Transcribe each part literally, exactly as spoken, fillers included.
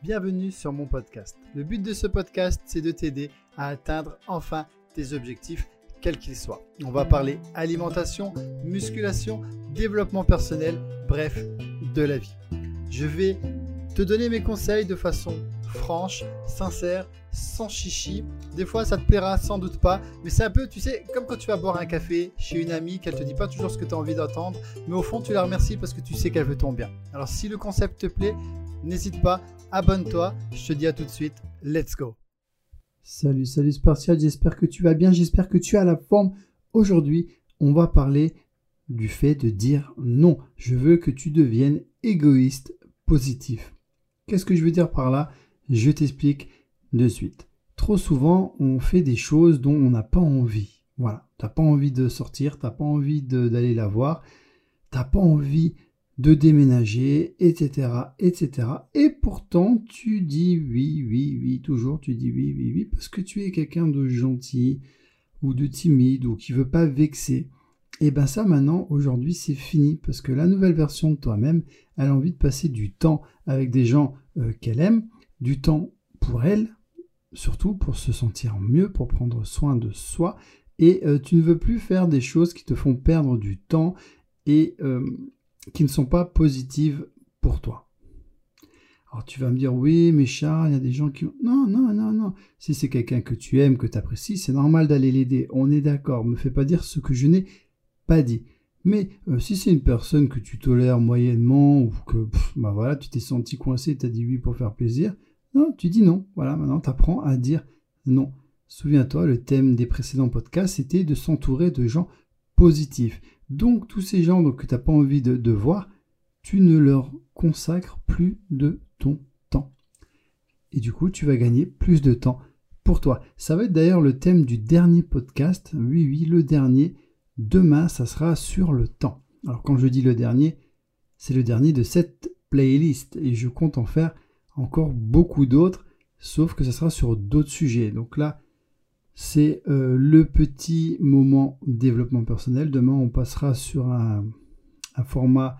Bienvenue sur mon podcast. Le but de ce podcast, c'est de t'aider à atteindre enfin tes objectifs, quels qu'ils soient. On va parler alimentation, musculation, développement personnel, bref, de la vie. Je vais te donner mes conseils de façon franche, sincère, sans chichi. Des fois, ça te plaira sans doute pas, mais c'est un peu, tu sais, comme quand tu vas boire un café chez une amie, qu'elle te dit pas toujours ce que tu as envie d'entendre, mais au fond, tu la remercies parce que tu sais qu'elle veut ton bien. Alors, si le concept te plaît, n'hésite pas, abonne-toi. Je te dis à tout de suite, let's go. Salut, salut Spartiate, j'espère que tu vas bien, j'espère que tu as la forme. Aujourd'hui, on va parler du fait de dire non. Je veux que tu deviennes égoïste positif. Qu'est-ce que je veux dire par là ? Je t'explique de suite. Trop souvent, on fait des choses dont on n'a pas envie. Voilà, tu n'as pas envie de sortir, tu n'as pas envie de, d'aller la voir, tu n'as pas envie de déménager, et cetera, et cetera. Et pourtant, tu dis oui, oui, oui, toujours tu dis oui, oui, oui, parce que tu es quelqu'un de gentil ou de timide ou qui veut pas vexer. Et bien ça, maintenant, aujourd'hui, c'est fini, parce que la nouvelle version de toi-même, elle a envie de passer du temps avec des gens euh, qu'elle aime, du temps pour elle, surtout pour se sentir mieux, pour prendre soin de soi, et euh, tu ne veux plus faire des choses qui te font perdre du temps et euh, qui ne sont pas positives pour toi. Alors tu vas me dire, oui, mais Charles, il y a des gens qui... Non, non, non, non. Si c'est quelqu'un que tu aimes, que tu apprécies, c'est normal d'aller l'aider. On est d'accord, me fais pas dire ce que je n'ai pas dit. Mais euh, si c'est une personne que tu tolères moyennement, ou que, pff, bah voilà, tu t'es senti coincé, tu as dit oui pour faire plaisir, non, tu dis non. Voilà, maintenant tu apprends à dire non. Souviens-toi, le thème des précédents podcasts, c'était de s'entourer de gens positifs. Donc, tous ces gens donc, que tu n'as pas envie de, de voir, tu ne leur consacres plus de ton temps. Et du coup, tu vas gagner plus de temps pour toi. Ça va être d'ailleurs le thème du dernier podcast. Oui, oui, le dernier. Demain, ça sera sur le temps. Alors, quand je dis le dernier, c'est le dernier de cette playlist. Et je compte en faire encore beaucoup d'autres, sauf que ça sera sur d'autres sujets. Donc là, c'est euh, le petit moment développement personnel. Demain, on passera sur un, un format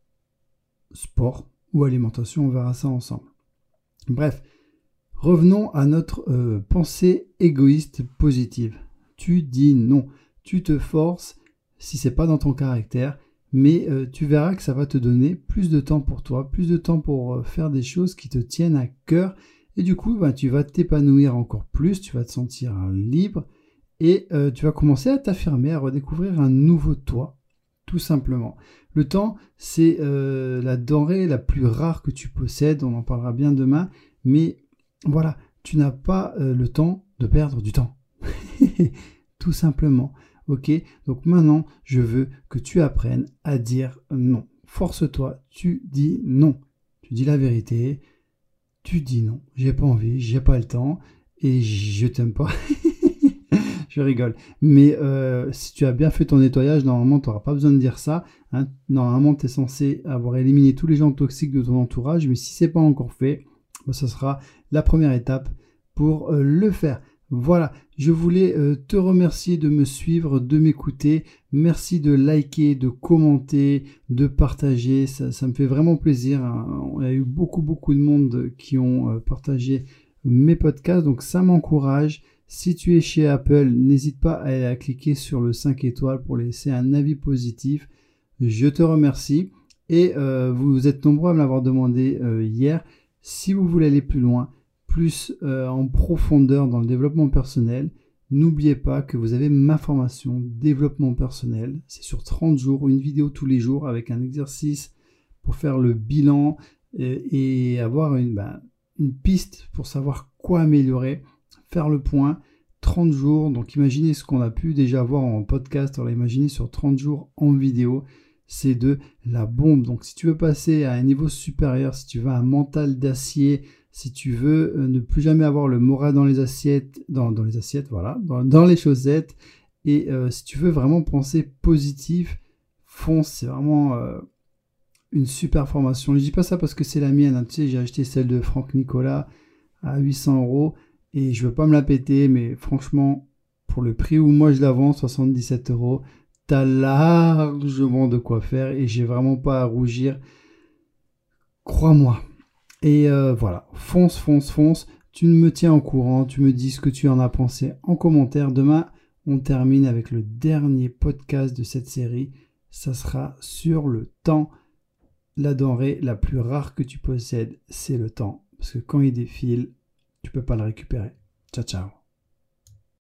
sport ou alimentation. On verra ça ensemble. Bref, revenons à notre euh, pensée égoïste positive. Tu dis non. Tu te forces, si c'est pas dans ton caractère, mais euh, tu verras que ça va te donner plus de temps pour toi, plus de temps pour euh, faire des choses qui te tiennent à cœur. Et du coup, ben, tu vas t'épanouir encore plus, tu vas te sentir libre et euh, tu vas commencer à t'affirmer, à redécouvrir un nouveau toi, tout simplement. Le temps, c'est euh, la denrée la plus rare que tu possèdes, on en parlera bien demain, mais voilà, tu n'as pas euh, le temps de perdre du temps, tout simplement. Ok, donc maintenant, je veux que tu apprennes à dire non. Force-toi, tu dis non. Tu dis la vérité. Tu dis non, j'ai pas envie, j'ai pas le temps et je t'aime pas. Je rigole. Mais euh, si tu as bien fait ton nettoyage, normalement, tu n'auras pas besoin de dire ça. Hein. Normalement, tu es censé avoir éliminé tous les gens toxiques de ton entourage. Mais si ce n'est pas encore fait, bah, ça sera la première étape pour euh, le faire. Voilà, je voulais euh, te remercier de me suivre, de m'écouter. Merci de liker, de commenter, de partager. Ça, ça me fait vraiment plaisir. Hein. Il y a eu beaucoup, beaucoup de monde qui ont euh, partagé mes podcasts. Donc, ça m'encourage. Si tu es chez Apple, n'hésite pas à, à cliquer sur le cinq étoiles pour laisser un avis positif. Je te remercie. Et euh, vous êtes nombreux à me l'avoir demandé euh, hier. Si vous voulez aller plus loin, plus euh, en profondeur dans le développement personnel, n'oubliez pas que vous avez ma formation développement personnel. C'est sur trente jours, une vidéo tous les jours avec un exercice pour faire le bilan et, et avoir une, ben, une piste pour savoir quoi améliorer, faire le point. trente jours, donc imaginez ce qu'on a pu déjà voir en podcast, on l'a imaginé sur trente jours en vidéo. C'est de la bombe. Donc si tu veux passer à un niveau supérieur, si tu veux un mental d'acier, si tu veux euh, ne plus jamais avoir le moral dans les assiettes, dans, dans les assiettes, voilà, dans, dans les chaussettes, et euh, si tu veux vraiment penser positif, fonce, c'est vraiment euh, une super formation. Je dis pas ça parce que c'est la mienne, hein. Tu sais, j'ai acheté celle de Franck Nicolas à huit cents euros, et je veux pas me la péter, mais franchement, pour le prix où moi je la vends, soixante-dix-sept euros, t'as largement de quoi faire, et j'ai vraiment pas à rougir. Crois-moi. Et euh, voilà, fonce, fonce, fonce. Tu me tiens au courant, tu me dis ce que tu en as pensé en commentaire. Demain, on termine avec le dernier podcast de cette série. Ça sera sur le temps. La denrée la plus rare que tu possèdes, c'est le temps. Parce que quand il défile, tu ne peux pas le récupérer. Ciao, ciao.